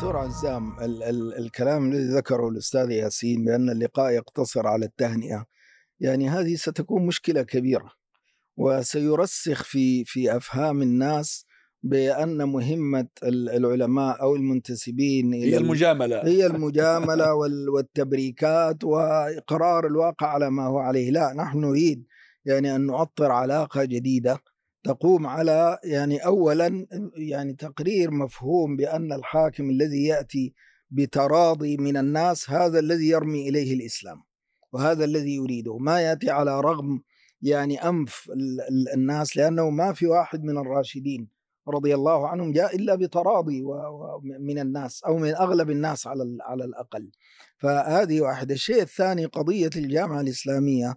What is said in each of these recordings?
دكتور عزام، الكلام الذي ذكره الأستاذ ياسين بأن اللقاء يقتصر على التهنئة، يعني هذه ستكون مشكلة كبيرة، وسيرسخ في أفهام الناس بأن مهمة العلماء أو المنتسبين هي المجاملة هي المجاملة والتبريكات وإقرار الواقع على ما هو عليه. لا، نحن نريد يعني أن نؤطر علاقة جديدة تقوم على أولا تقرير مفهوم بأن الحاكم الذي يأتي بتراضي من الناس هذا الذي يرمي إليه الإسلام، وهذا الذي يريده، ما يأتي على رغم أنف الناس، لأنه ما في واحد من الراشدين رضي الله عنهم جاء إلا بتراضي من الناس أو من أغلب الناس على الأقل. فهذه واحدة. الشيء الثاني قضية الجامعة الإسلامية،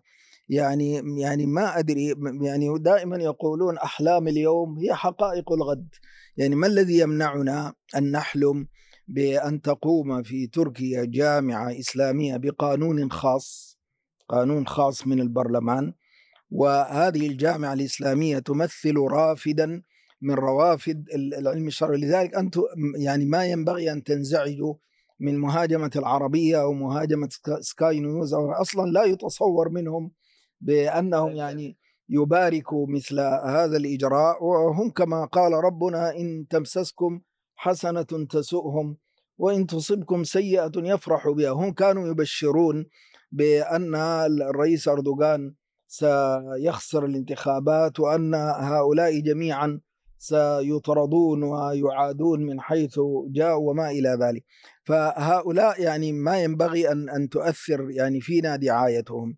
ما أدري، دائما يقولون أحلام اليوم هي حقائق الغد. ما الذي يمنعنا أن نحلم بأن تقوم في تركيا جامعة إسلامية بقانون خاص، قانون خاص من البرلمان، وهذه الجامعة الإسلامية تمثل رافدا من روافد العلم الشرعي. لذلك أنتم ما ينبغي أن تنزعجوا من مهاجمة العربية أو مهاجمة سكاي نيوز، أو أصلا لا يتصور منهم بأنهم يباركوا مثل هذا الإجراء، وهم كما قال ربنا: إن تمسسكم حسنة تسؤهم وإن تصبكم سيئة يفرحوا بها. هم كانوا يبشرون بأن الرئيس أردوغان سيخسر الانتخابات، وأن هؤلاء جميعا سيطردون ويعادون من حيث جاءوا وما إلى ذلك. فهؤلاء ما ينبغي أن تؤثر فينا دعايتهم.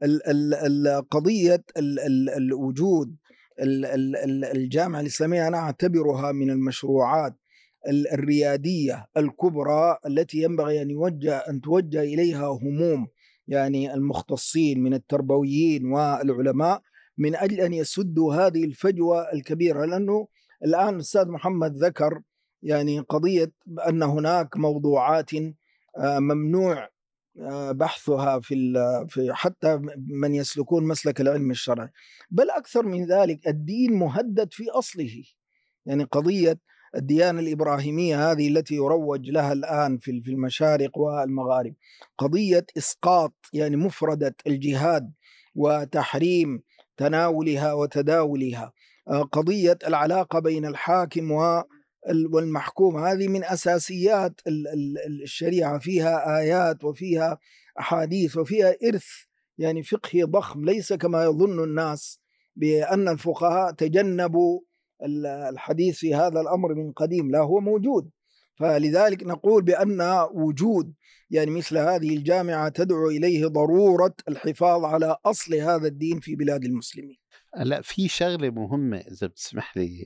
القضية الوجود الجامعة الإسلامية أنا أعتبرها من المشروعات الريادية الكبرى التي ينبغي أن توجه إليها هموم المختصين من التربويين والعلماء، من أجل أن يسدوا هذه الفجوة الكبيرة. لأنه الآن الأستاذ محمد ذكر قضية أن هناك موضوعات ممنوع بحثها في حتى من يسلكون مسلك العلم الشرعي، بل أكثر من ذلك الدين مهدد في أصله. قضية الديانة الإبراهيمية هذه التي يروج لها الآن في المشارق والمغارب، قضية إسقاط مفردة الجهاد وتحريم تناولها وتداولها، قضية العلاقة بين الحاكم والمحكوم، هذه من أساسيات الشريعة، فيها آيات وفيها أحاديث وفيها إرث فقهي ضخم، ليس كما يظن الناس بأن الفقهاء تجنبوا الحديث في هذا الأمر من قديم، لا، هو موجود. فلذلك نقول بأن وجود مثل هذه الجامعة تدعو إليه ضرورة الحفاظ على أصل هذا الدين في بلاد المسلمين. لا، في شغلة مهمة إذا بتسمح لي.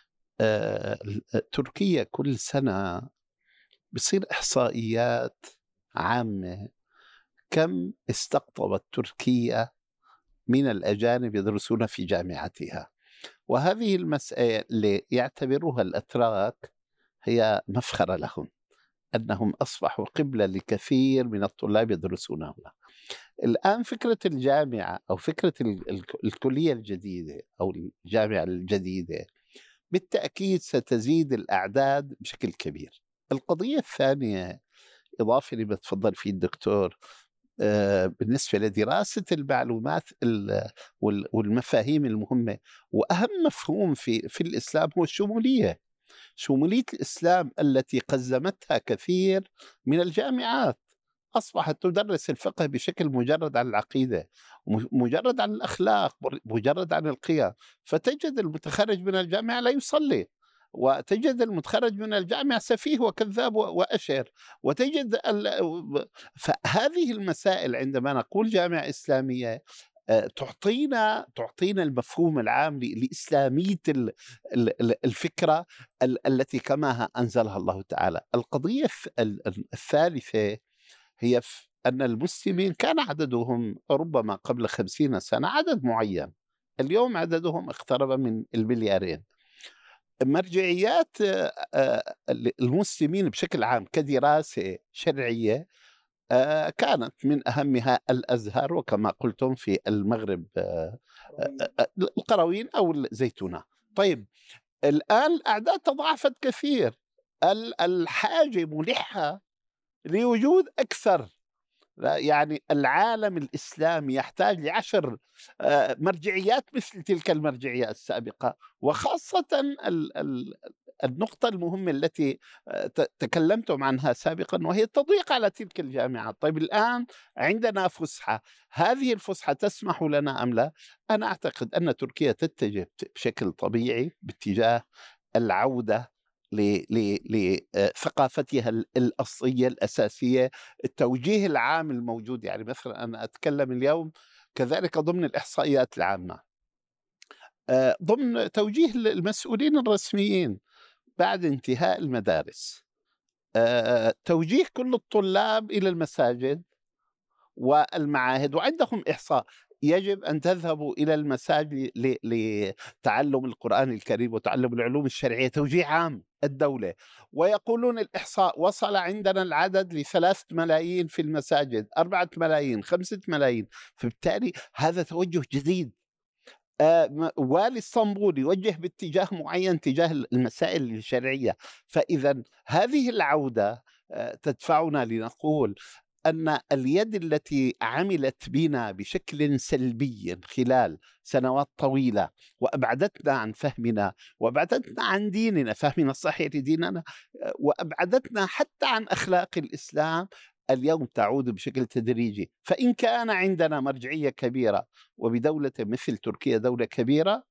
تركيا كل سنة بصير إحصائيات عامة كم استقطبت تركيا من الأجانب يدرسون في جامعتها، وهذه المسألة اللي يعتبرها الأتراك هي مفخرة لهم، أنهم أصبحوا قبلة لكثير من الطلاب يدرسون هنا. الآن فكرة الجامعة أو فكرة الكلية الجديدة أو الجامعة الجديدة بالتأكيد ستزيد الأعداد بشكل كبير. القضية الثانية، إضافة لما تفضل فيه الدكتور، بالنسبة لدراسة المعلومات والمفاهيم المهمة، وأهم مفهوم في الإسلام هو الشمولية. شمولية الإسلام التي قزمتها كثير من الجامعات، أصبحت تدرس الفقه بشكل مجرد عن العقيدة، مجرد عن الأخلاق، مجرد عن القيم. فتجد المتخرج من الجامعة لا يصلي، وتجد المتخرج من الجامعة سفيه وكذاب وأشر، وتجد فهذه المسائل عندما نقول جامعة إسلامية تعطينا المفهوم العام لإسلامية الفكرة التي كما أنزلها الله تعالى. القضية الثالثة هي أن المسلمين كان عددهم ربما قبل 50 سنة عدد معين، اليوم عددهم اقترب من 2 مليار. مرجعيات المسلمين بشكل عام كدراسة شرعية كانت من أهمها الأزهر، وكما قلتم في المغرب القرويين أو الزيتونة. طيب الآن الأعداد تضاعفت كثير، الحاجة ملحة لوجود أكثر. يعني العالم الإسلامي يحتاج ل10 مرجعيات مثل تلك المرجعية السابقة، وخاصة النقطة المهمة التي تكلمتم عنها سابقا، وهي التضييق على تلك الجامعات. طيب الآن عندنا فسحة، هذه الفسحة تسمح لنا أم لا؟ أنا أعتقد أن تركيا تتجه بشكل طبيعي باتجاه العودة لثقافتها الأصلية الأساسية، التوجيه العام الموجود. يعني مثلا أنا أتكلم اليوم كذلك ضمن الإحصائيات العامة، ضمن توجيه المسؤولين الرسميين بعد انتهاء المدارس، توجيه كل الطلاب إلى المساجد والمعاهد، وعندهم إحصاء يجب أن تذهبوا إلى المساجد لتعلم القرآن الكريم وتعلم العلوم الشرعية، توجيه عام الدولة. ويقولون الإحصاء وصل عندنا العدد ل3 ملايين في المساجد، 4 ملايين، 5 ملايين. فبالتالي هذا توجه جديد. والي اسطنبول يوجه باتجاه معين تجاه المسائل الشرعية. فإذا هذه العودة تدفعنا لنقول أن اليد التي عملت بنا بشكل سلبي خلال سنوات طويلة وأبعدتنا عن فهمنا، وأبعدتنا عن ديننا، فهمنا الصحيح لديننا، وأبعدتنا حتى عن أخلاق الإسلام، اليوم تعود بشكل تدريجي. فإن كان عندنا مرجعية كبيرة وبدولة مثل تركيا دولة كبيرة،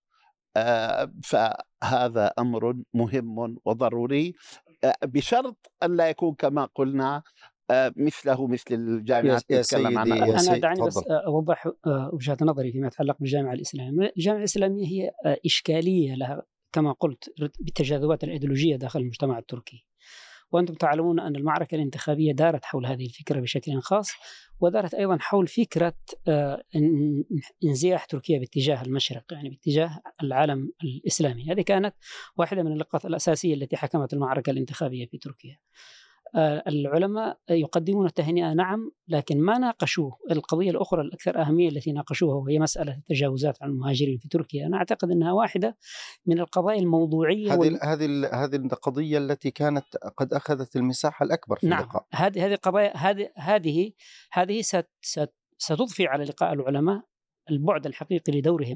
فهذا أمر مهم وضروري، بشرط أن لا يكون كما قلنا مثله مثل الجامعات يا نتكلم عنها. أنا دعني بس أوضح وجهة نظري فيما يتعلق بالجامعة الإسلامية. الجامعة الإسلامية هي إشكالية لها كما قلت بالتجاذبات الأيديولوجية داخل المجتمع التركي، وأنتم تعلمون أن المعركة الانتخابية دارت حول هذه الفكرة بشكل خاص، ودارت أيضا حول فكرة انزياح تركيا باتجاه المشرق، يعني باتجاه العالم الإسلامي. هذه كانت واحدة من النقاط الأساسية التي حكمت المعركة الانتخابية في تركيا. العلماء يقدمون التهنئة نعم، لكن ما ناقشوه القضية الأخرى الأكثر أهمية التي ناقشوها، وهي مسألة التجاوزات عن المهاجرين في تركيا. أنا أعتقد أنها واحدة من القضايا الموضوعية. هذه القضية التي كانت قد أخذت المساحة الأكبر في اللقاء. هذه قضايا هذه ستضفي على لقاء العلماء البعد الحقيقي لدورهم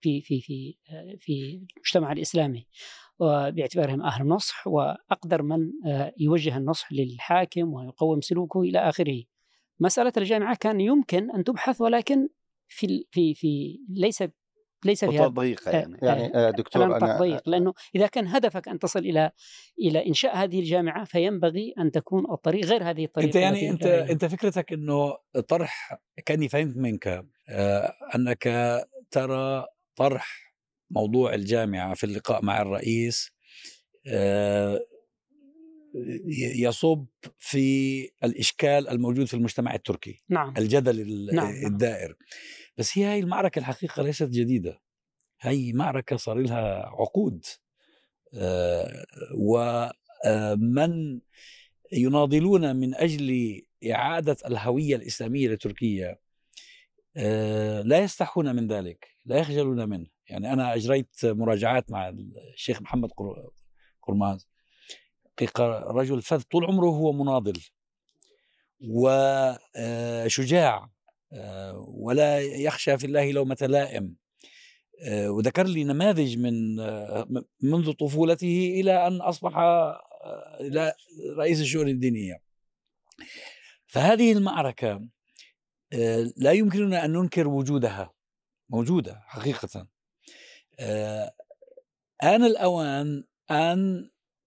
في المجتمع الإسلامي، وباعتبارهم أهل نصح وأقدر من يوجه النصح للحاكم ويقوم سلوكه إلى آخره. مسألة الجامعة كان يمكن أن تبحث، ولكن في ليس فيها ضيقة يعني دكتور تضيق، لأنه إذا كان هدفك أن تصل إلى إنشاء هذه الجامعة فينبغي أن تكون الطريق غير هذه الطريقة. أنت فكرتك أنه طرح، كأني فهمت منك أنك ترى طرح موضوع الجامعة في اللقاء مع الرئيس يصب في الإشكال الموجود في المجتمع التركي. نعم. الجدل الدائر. بس هي المعركة الحقيقة ليست جديدة، هي معركة صار لها عقود، ومن يناضلون من أجل إعادة الهوية الإسلامية لتركيا لا يستحون من ذلك، لا يخجلون منه. يعني أنا أجريت مراجعات مع الشيخ محمد قرماز، رجل فذ طول عمره، هو مناضل وشجاع ولا يخشى في الله لومة لائم، وذكر لي نماذج منذ طفولته إلى أن أصبح رئيس الشؤون الدينية. فهذه المعركة لا يمكننا أن ننكر وجودها، موجودة حقيقة. آن الأوان أن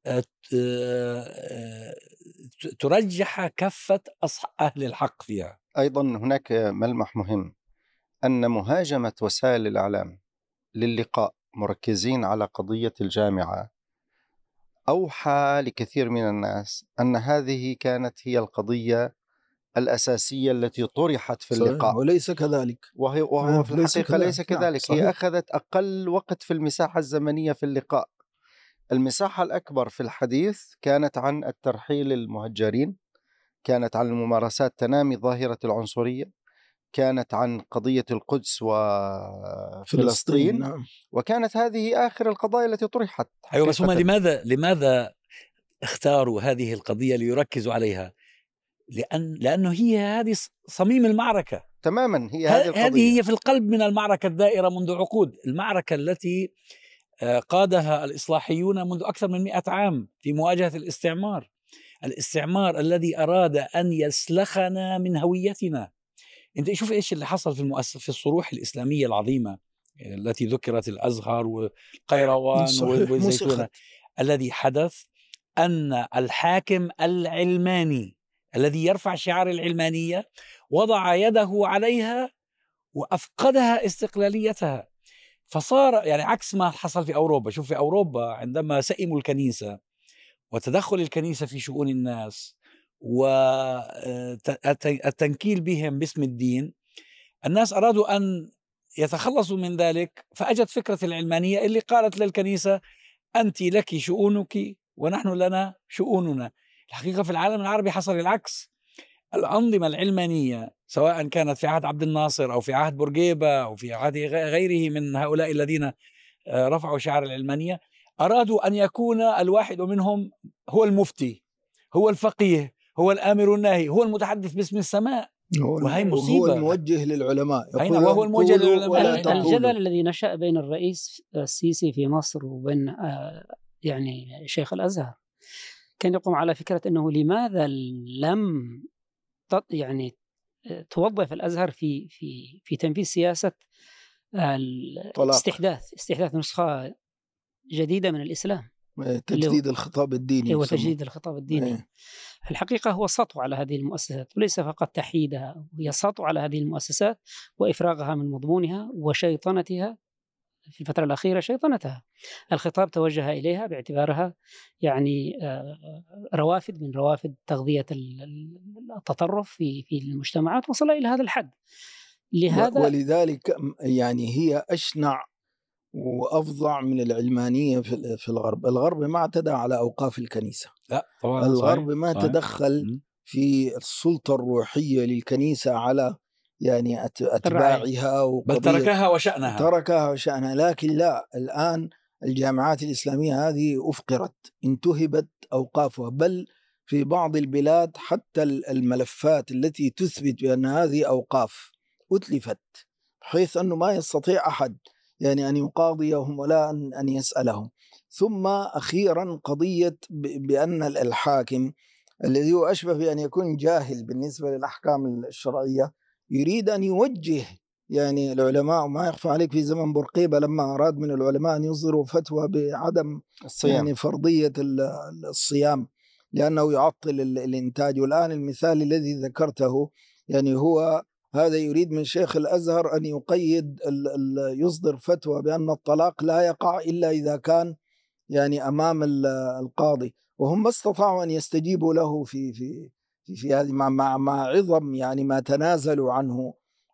ترجح كفة أهل الحق فيها. أيضا هناك ملمح مهم، أن مهاجمة وسائل الإعلام للقاء مركزين على قضية الجامعة أوحى لكثير من الناس أن هذه كانت هي القضية الأساسية التي طرحت في اللقاء، وليس كذلك. وهو في الحقيقة ليس كذلك. صحيح. هي أخذت أقل وقت في المساحة الزمنية في اللقاء. المساحة الأكبر في الحديث كانت عن الترحيل المهجرين، كانت عن الممارسات تنامي ظاهرة العنصرية، كانت عن قضية القدس وفلسطين، نعم. وكانت هذه آخر القضايا التي طرحت. أيوة، بس هم لماذا اختاروا هذه القضية ليركزوا عليها؟ لأنه هي هذه صميم المعركة تماما. هي هذه القضية، هذه هي في القلب من المعركة الدائرة منذ عقود، المعركة التي قادها الإصلاحيون منذ أكثر من 100 عام في مواجهة الاستعمار الذي أراد أن يسلخنا من هويتنا. أنت شوف إيش اللي حصل في الصروح الإسلامية العظيمة التي ذكرت، الأزهر والقيروان والزيتونة. الذي حدث أن الحاكم العلماني الذي يرفع شعار العلمانية وضع يده عليها وأفقدها استقلاليتها، فصار يعني عكس ما حصل في أوروبا. شوف في أوروبا عندما سئموا الكنيسة وتدخل الكنيسة في شؤون الناس والتنكيل بهم باسم الدين، الناس أرادوا أن يتخلصوا من ذلك، فأجت فكرة العلمانية اللي قالت للكنيسة أنت لك شؤونك ونحن لنا شؤوننا. الحقيقة في العالم العربي حصل العكس. الأنظمة العلمانية سواء كانت في عهد عبد الناصر أو في عهد بورقيبة أو في عهد غيره من هؤلاء الذين رفعوا شعار العلمانية، أرادوا أن يكون الواحد منهم هو المفتي، هو الفقيه، هو الآمر الناهي، هو المتحدث باسم السماء. وهي مصيبة. هو الموجه للعلماء، وهو الموجه للعلماء. الجدل الذي نشأ بين الرئيس السيسي في مصر وبين يعني شيخ الأزهر كان يقوم على فكرة أنه لماذا لم يعني توظف الأزهر في تنفيذ سياسة استحداث نسخة جديدة من الإسلام، تجديد الخطاب الديني. وتجديد الخطاب الديني. في الحقيقة هو سطو على هذه المؤسسات، وليس فقط تحييدها، هي سطو على هذه المؤسسات وإفراغها من مضمونها وشيطنتها. في الفترة الأخيرة شيطنتها، الخطاب توجه إليها باعتبارها يعني روافد من روافد تغذية التطرف في المجتمعات، وصل إلى هذا الحد. ولذلك يعني هي أشنع وأفظع من العلمانية في الغرب. الغرب ما اعتدى على أوقاف الكنيسة، لا طبعا. الغرب ما تدخل في السلطة الروحية للكنيسة على يعني أتباعها، بل تركها وشأنها. لكن لا، الآن الجامعات الإسلامية هذه أفقرت، انتهبت أوقافها، بل في بعض البلاد حتى الملفات التي تثبت بأن هذه أوقاف أتلفت، بحيث أنه ما يستطيع أحد يعني أن يقاضيهم ولا أن يسألهم. ثم أخيرا قضية بأن الحاكم الذي هو أشبه بأن يكون جاهل بالنسبة للأحكام الشرعية يريد أن يوجه يعني العلماء. ما يخفى عليك في زمن بورقيبة لما أراد من العلماء أن يصدروا فتوى بعدم الصيام، يعني فرضية الصيام لأنه يعطل الإنتاج. والآن المثال الذي ذكرته يعني هو هذا يريد من شيخ الأزهر أن يقيد يصدر فتوى بأن الطلاق لا يقع إلا إذا كان يعني أمام القاضي، وهم ما استطاعوا أن يستجيبوا له في هذه مع عظم يعني ما تنازلوا عنه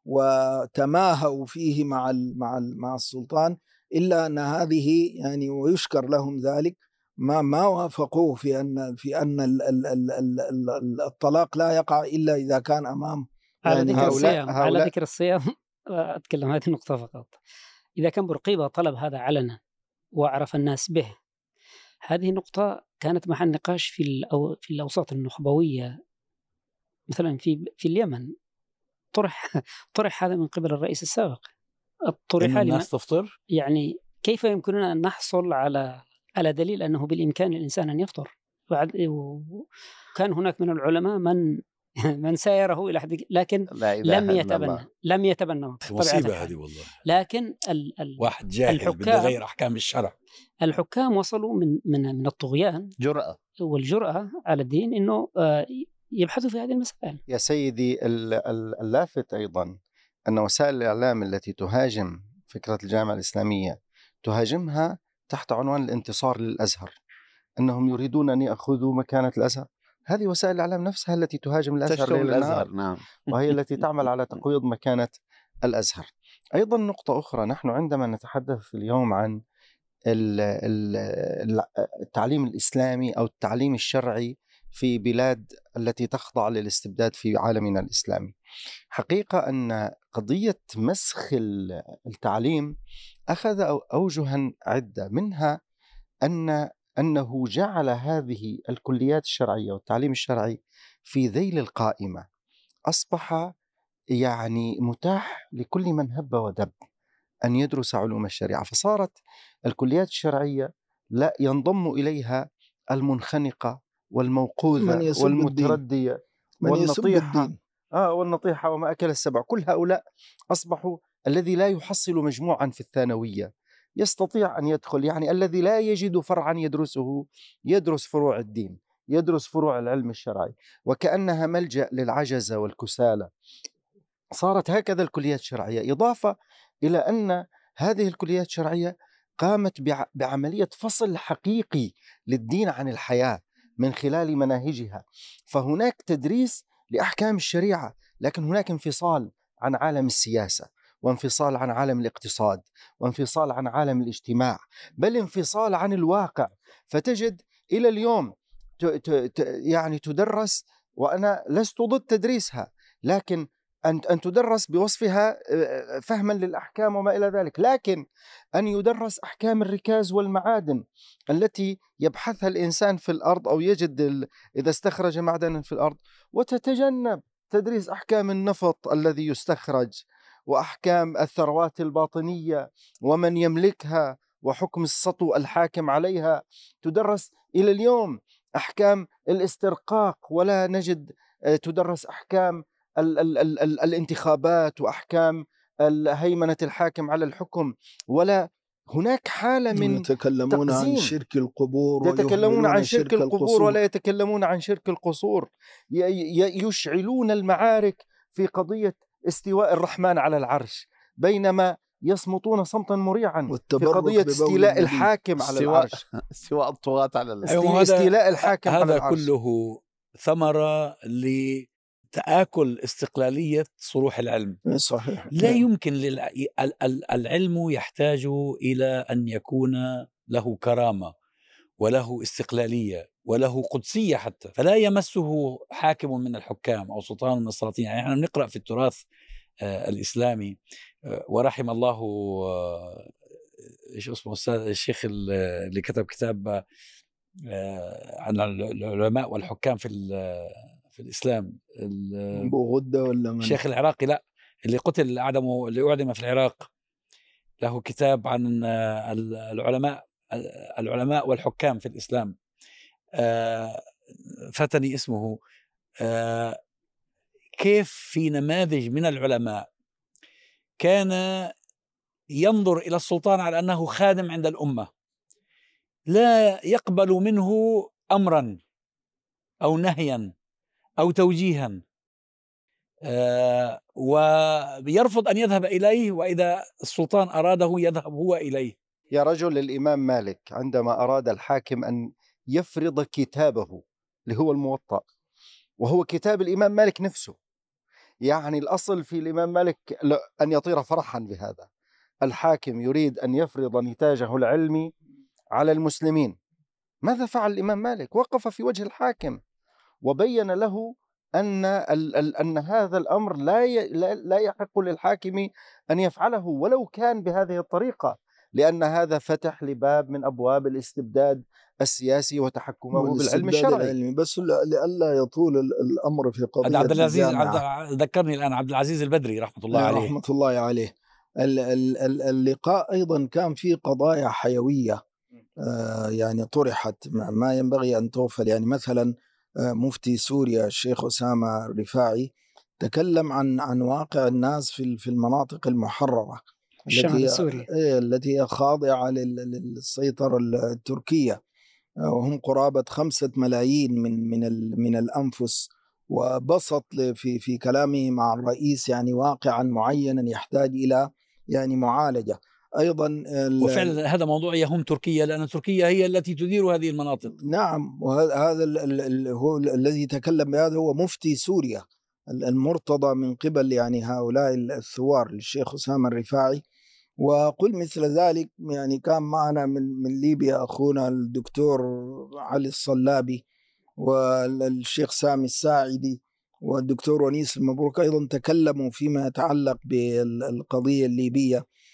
وتماهوا فيه مع السلطان، إلا أن هذه يعني ويشكر لهم ذلك ما وافقوه في أن الطلاق لا يقع إلا إذا كان أمام يعني على ذكر الصيام أتكلم هذه النقطة فقط. إذا كان بورقيبة طلب هذا علنا وعرف الناس به، هذه النقطة كانت محل نقاش في الأوساط النخبوية. مثلا في اليمن طرح هذا من قبل الرئيس السابق، طرح الناس تفطر، يعني كيف يمكننا أن نحصل على دليل أنه بالإمكان للإنسان أن يفطر. وكان هناك من العلماء من سايره إلى حد، لكن لم يتبنى مصيبة هذه والله. لكن واحد جاهل بده يغير أحكام الشرع. الحكام وصلوا من الطغيان والجرأة على الدين إنه يبحثوا في هذه المسائل. يا سيدي، اللافت أيضا أن وسائل الإعلام التي تهاجم فكرة الجامعة الإسلامية تهاجمها تحت عنوان الانتصار للأزهر، أنهم يريدون أن يأخذوا مكانة الأزهر. هذه وسائل الإعلام نفسها التي تهاجم الأزهر نعم. وهي التي تعمل على تقويض مكانة الأزهر. أيضا نقطة أخرى، نحن عندما نتحدث اليوم عن التعليم الإسلامي أو التعليم الشرعي في بلاد التي تخضع للاستبداد في عالمنا الإسلامي، حقيقة أن قضية مسخ التعليم أخذ أوجها عدة، منها أن أنه جعل هذه الكليات الشرعية والتعليم الشرعي في ذيل القائمة، أصبح يعني متاح لكل من هب ودب أن يدرس علوم الشريعة، فصارت الكليات الشرعية لا ينضم إليها المنخنقة والموقوذة والمتردية والنطيحة والنطيحة وما أكل السبع. كل هؤلاء أصبحوا الذي لا يحصل مجموعا في الثانوية يستطيع أن يدخل، يعني الذي لا يجد فرعا يدرسه يدرس فروع الدين، يدرس فروع العلم الشرعي، وكأنها ملجأ للعجزة والكسالى. صارت هكذا الكليات الشرعية، إضافة إلى أن هذه الكليات الشرعية قامت بعملية فصل حقيقي للدين عن الحياة من خلال مناهجها. فهناك تدريس لأحكام الشريعة، لكن هناك انفصال عن عالم السياسة، وانفصال عن عالم الاقتصاد، وانفصال عن عالم الاجتماع، بل انفصال عن الواقع. فتجد إلى اليوم يعني تدرس، وأنا لست ضد تدريسها، لكن أن تدرس بوصفها فهما للأحكام وما إلى ذلك، لكن أن يدرس أحكام الركاز والمعادن التي يبحثها الإنسان في الأرض أو يجد إذا استخرج معدنا في الأرض، وتتجنب تدريس أحكام النفط الذي يستخرج، وأحكام الثروات الباطنية ومن يملكها، وحكم السطو الحاكم عليها. تدرس إلى اليوم أحكام الاسترقاق، ولا نجد تدرس أحكام الانتخابات وأحكام هيمنة الحاكم على الحكم، ولا هناك حالة من يتكلمون عن شرك القبور، يتكلمون عن شرك القبور ولا يتكلمون عن شرك القصور. يشعلون المعارك في قضية استواء الرحمن على العرش، بينما يصمتون صمتا مريعا في قضية استيلاء الحاكم على العرش، استواء الطغاة على العرش، استيلاء الحاكم على العرش. هذا كله ثمرة تآكل استقلالية صروح العلم. صحيح. لا يمكن العلم يحتاج إلى أن يكون له كرامة وله استقلالية وله قدسية حتى، فلا يمسه حاكم من الحكام أو سلطان من السلاطين. يعني نحن نقرأ في التراث الإسلامي، ورحم الله إيش اسمه الشيخ اللي كتب كتاب عن العلماء والحكام في الإسلام، أبو غدة ولا من؟ الشيخ العراقي، لا، اللي قتل اللي أعدم في العراق، له كتاب عن العلماء والحكام في الإسلام، فتني اسمه. كيف في نماذج من العلماء كان ينظر إلى السلطان على أنه خادم عند الأمة، لا يقبل منه أمرا أو نهيا أو توجيها، ويرفض أن يذهب إليه، وإذا السلطان أراده يذهب هو إليه. يا رجل، الإمام مالك عندما أراد الحاكم أن يفرض كتابه اللي هو الموطأ، وهو كتاب الإمام مالك نفسه، يعني الأصل في الإمام مالك أن يطير فرحا بهذا. الحاكم يريد أن يفرض نتاجه العلمي على المسلمين، ماذا فعل الإمام مالك؟ وقف في وجه الحاكم وبين له أن هذا الأمر لا يحق للحاكم أن يفعله ولو كان بهذه الطريقة، لأن هذا فتح لباب من أبواب الاستبداد السياسي وتحكمه بالعلم الشرعي. بس لئلا يطول الأمر في قضية عبد العزيز ذكرني الآن عبد العزيز البدري رحمة الله عليه. رحمة الله عليه. اللقاء أيضا كان فيه قضايا حيوية يعني طرحت ما ينبغي أن تغفل. يعني مثلا مفتي سوريا الشيخ أسامة الرفاعي تكلم عن واقع الناس في المناطق المحررة التي هي خاضعة للسيطرة التركية، وهم قرابة 5 ملايين من الأنفس، وبسط في كلامه مع الرئيس يعني واقعا معينا يحتاج إلى يعني معالجة أيضا. وفعلا هذا موضوع يهم تركيا، لأن تركيا هي التي تدير هذه المناطق. نعم، وهذا هو الذي تكلم بهذا هو مفتي سوريا المرتضى من قبل يعني هؤلاء الثوار للشيخ أسامة الرفاعي. وقل مثل ذلك يعني كان معنا من ليبيا أخونا الدكتور علي الصلابي والشيخ سامي الساعدي والدكتور ونيس المبروك، أيضا تكلموا فيما يتعلق بالقضية الليبية.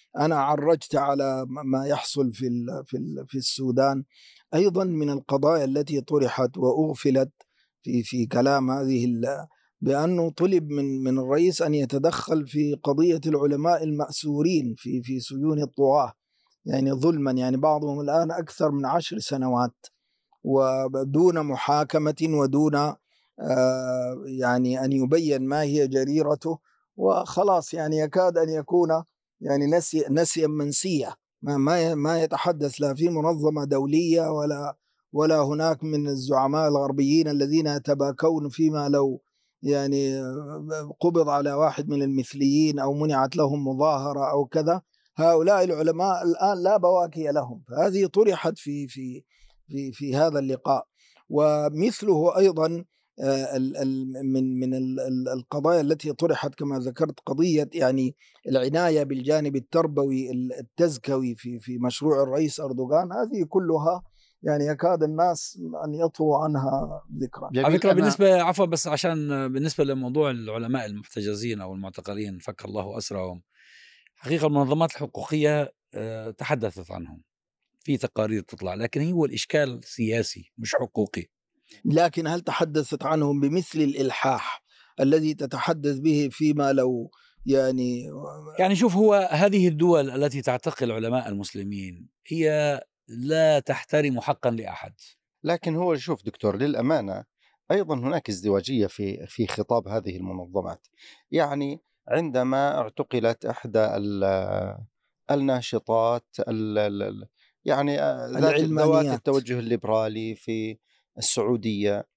أنا عرجت على ما يحصل في السودان أيضا من القضايا التي طرحت وأغفلت في كلام بأنه طلب من الرئيس أن يتدخل في قضية العلماء المأسورين في سجون الطغاة، يعني ظلما، يعني بعضهم الآن أكثر من 10 سنوات ودون محاكمة ودون يعني أن يبين ما هي جريرته، وخلاص يعني يكاد أن يكون يعني نسيا منسيا، ما يتحدث لا في منظمة دولية ولا هناك من الزعماء الغربيين الذين يتباكون فيما لو يعني قبض على واحد من المثليين أو منعت لهم مظاهرة أو كذا. هؤلاء العلماء الآن لا بواكي لهم، فهذه طرحت في هذا اللقاء. ومثله أيضا من القضايا التي طرحت كما ذكرت قضية يعني العناية بالجانب التربوي التزكوي في مشروع الرئيس أردوغان. هذه كلها يعني يكاد الناس أن يطووا عنها ذكرى. على فكرة بالنسبة عفوا بس عشان بالنسبة لموضوع العلماء المحتجزين أو المعتقلين فك الله أسرهم، حقيقة المنظمات الحقوقية تحدثت عنهم في تقارير تطلع، لكن هو الإشكال سياسي مش حقوقي. لكن هل تحدثت عنهم بمثل الإلحاح الذي تتحدث به فيما لو يعني شوف، هو هذه الدول التي تعتقل علماء المسلمين هي لا تحترم حقا لأحد. لكن هو شوف دكتور، للأمانة أيضا هناك ازدواجية في خطاب هذه المنظمات. يعني عندما اعتقلت إحدى الناشطات يعني ذوات التوجه الليبرالي في السعودية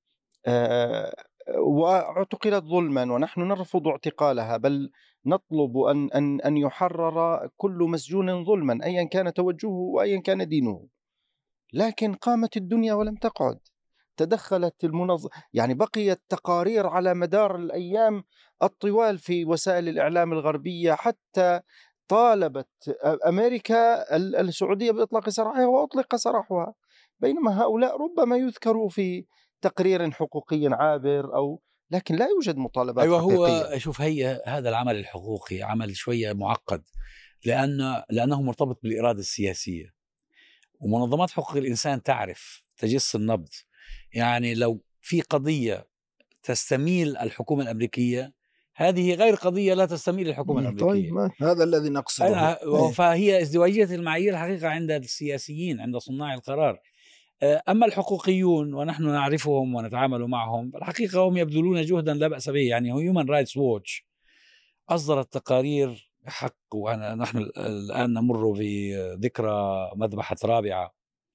واعتقلت ظلما، ونحن نرفض اعتقالها، بل نطلب أن يحرر كل مسجون ظلما أيا كان توجهه وأيا كان دينه. لكن قامت الدنيا ولم تقعد، تدخلت يعني بقيت تقارير على مدار الأيام الطوال في وسائل الإعلام الغربية، حتى طالبت أمريكا السعودية بإطلاق سراحها وأطلق سراحها، بينما هؤلاء ربما يذكروا في تقرير حقوقي عابر لكن لا يوجد مطالبات حقيقية. هو شوف، هذا العمل الحقوقي عمل شوية معقد لأنه مرتبط بالإرادة السياسية، ومنظمات حقوق الإنسان تعرف تجس النبض. يعني لو في قضية تستميل الحكومة الأمريكية، هذه غير قضية لا تستميل الحكومة الأمريكية. طيب هذا الذي نقصده. فهي ازدواجية المعايير الحقيقة عند السياسيين، عند صناع القرار. أما الحقوقيون ونحن نعرفهم ونتعامل معهم، الحقيقة هم يبذلون جهدا لا بأس به. يعني Human Rights Watch أصدرت تقارير حق، ونحن الآن نمر بذكرى مذبحة رابعة،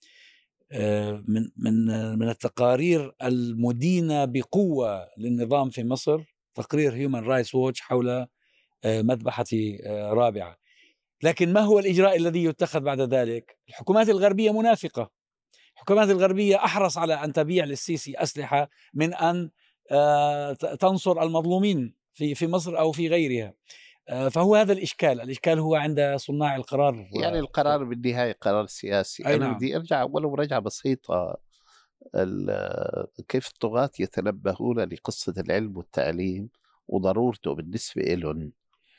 من التقارير المدينة بقوة للنظام في مصر تقرير Human Rights Watch حول مذبحة رابعة. لكن ما هو الإجراء الذي يتخذ بعد ذلك؟ الحكومات الغربية منافقة، الحكومات الغربية أحرص على أن تبيع للسيسي أسلحة من أن تنصر المظلومين في مصر أو في غيرها. فهو هذا الإشكال هو عند صناع القرار. يعني القرار بالنهاية قرار سياسي. أنا بدي أرجع ولو رجعة بسيطة، كيف الطغاة يتنبهون لقصة العلم والتعليم وضرورته بالنسبة لهم.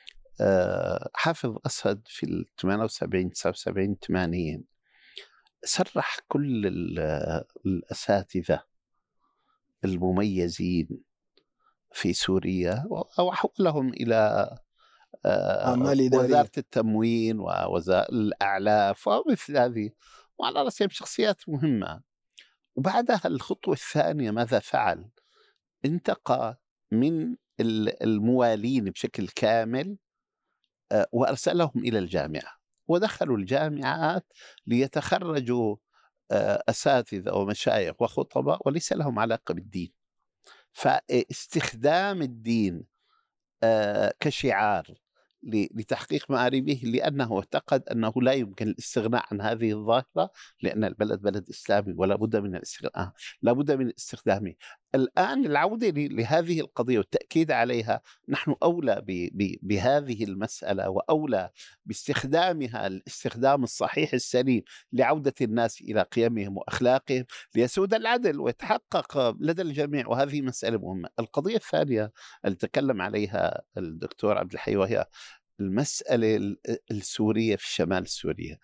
حافظ أسد في 78 79 80 سرح كل الأساتذة المميزين في سوريا وحولهم إلى وزارة التموين ووزارة الأعلاف ومثل هذه، وعلى رأسهم شخصيات مهمة. وبعدها الخطوة الثانية ماذا فعل؟ انتقى من الموالين بشكل كامل وأرسلهم إلى الجامعة، ودخلوا الجامعات ليتخرجوا أساتذة ومشايخ وخطباء وليس لهم علاقة بالدين. فاستخدام الدين كشعار لتحقيق مآربه، لأنه اعتقد أنه لا يمكن الاستغناء عن هذه الظاهرة، لأن البلد بلد إسلامي ولا بد من الاستغناء، لا بد من استخدامه. الآن العودة لهذه القضية والتأكيد عليها، نحن أولى بهذه المسألة وأولى باستخدامها الاستخدام الصحيح السليم لعودة الناس إلى قيمهم وأخلاقهم ليسود العدل ويتحقق لدى الجميع، وهذه مسألة مهمة. القضية الثانية اللي تكلم عليها الدكتور عبد الحي وهي المسألة السورية في شمال سوريا.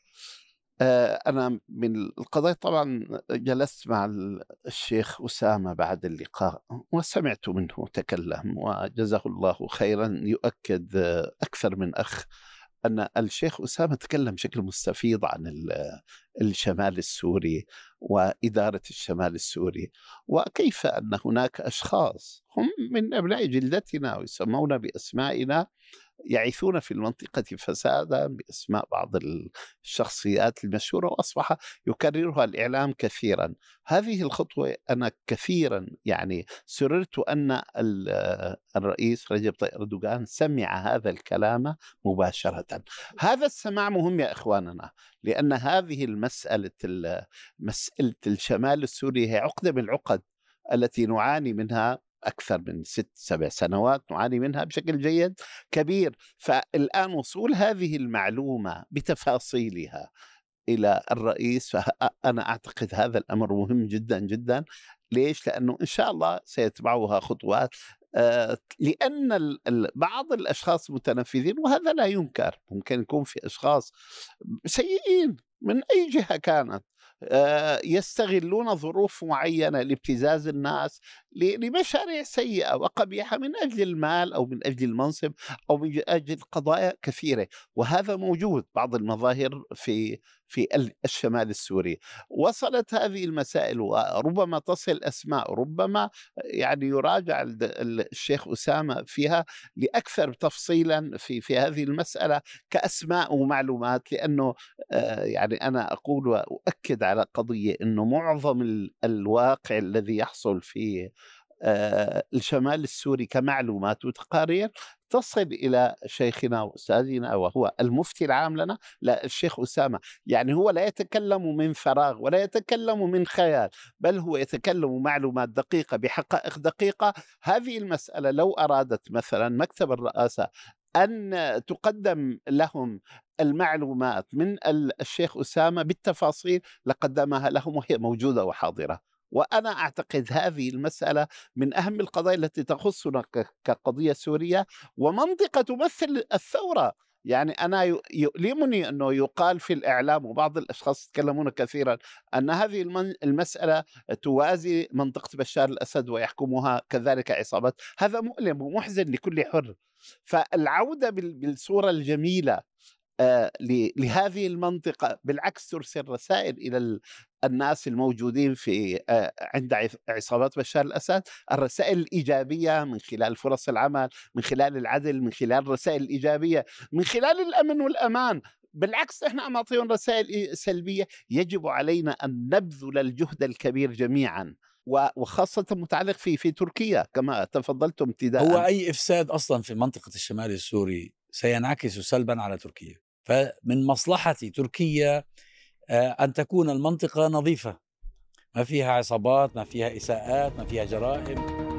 أنا من القضايا طبعا جلست مع الشيخ أسامة بعد اللقاء وسمعت منه تكلم، وجزاه الله خيرا، يؤكد أكثر من أخ أن الشيخ أسامة تكلم بشكل مستفيض عن الشمال السوري وإدارة الشمال السوري، وكيف أن هناك أشخاص هم من أبناء جلدتنا ويسمون بأسمائنا يعيثون في المنطقة فسادا بأسماء بعض الشخصيات المشهورة، وأصبح يكررها الإعلام كثيرا. هذه الخطوة أنا كثيرا يعني سررت أن الرئيس رجب طيب أردوغان سمع هذا الكلام مباشرة. هذا السماع مهم يا إخواننا، لأن هذه مسألة الشمال السوري هي عقدة من العقد التي نعاني منها أكثر من 6-7 سنوات، نعاني منها بشكل جيد كبير. فالآن وصول هذه المعلومة بتفاصيلها إلى الرئيس، فأنا أعتقد هذا الأمر مهم جدا جدا. ليش؟ لأنه إن شاء الله سيتبعها خطوات، لأن بعض الأشخاص متنفذين، وهذا لا ينكر، ممكن يكون في أشخاص سيئين من أي جهة كانت يستغلون ظروف معينة لابتزاز الناس لمشاريع سيئة وقبيحة من أجل المال أو من أجل المنصب أو من أجل قضايا كثيرة، وهذا موجود بعض المظاهر في الشمال السوري. وصلت هذه المسائل وربما تصل أسماء، ربما يعني يراجع الشيخ أسامة فيها لأكثر تفصيلا في هذه المسألة كأسماء ومعلومات، لأنه يعني أنا أقول وأؤكد على قضية أنه معظم الواقع الذي يحصل في الشمال السوري كمعلومات وتقارير تصل إلى شيخنا وأستاذنا وهو المفتي العام لنا، لا الشيخ أسامة. يعني هو لا يتكلم من فراغ ولا يتكلم من خيال، بل هو يتكلم معلومات دقيقة بحقائق دقيقة. هذه المسألة لو أرادت مثلا مكتب الرئاسة أن تقدم لهم المعلومات من الشيخ أسامة بالتفاصيل لقدمها لهم وهي موجودة وحاضرة. وأنا أعتقد هذه المسألة من أهم القضايا التي تخصنا كقضية سورية ومنطقة تمثل الثورة. يعني أنا يؤلمني أنه يقال في الإعلام وبعض الأشخاص يتكلمون كثيرا أن هذه المسألة توازي منطقة بشار الأسد ويحكمها كذلك عصابات. هذا مؤلم ومحزن لكل حر. فالعودة بالصورة الجميلة لهذه المنطقة بالعكس ترسل رسائل إلى الناس الموجودين في عند عصابات بشار الأسد، الرسائل الإيجابية من خلال فرص العمل، من خلال العدل، من خلال الرسائل الإيجابية، من خلال الأمن والأمان. بالعكس احنا معطيون رسائل سلبية. يجب علينا أن نبذل الجهد الكبير جميعا، وخاصة متعلق في تركيا كما تفضلتم ابتداء. هو أي إفساد أصلا في منطقة الشمال السوري سينعكس سلبا على تركيا، فمن مصلحة تركيا أن تكون المنطقة نظيفة، ما فيها عصابات، ما فيها إساءات، ما فيها جرائم.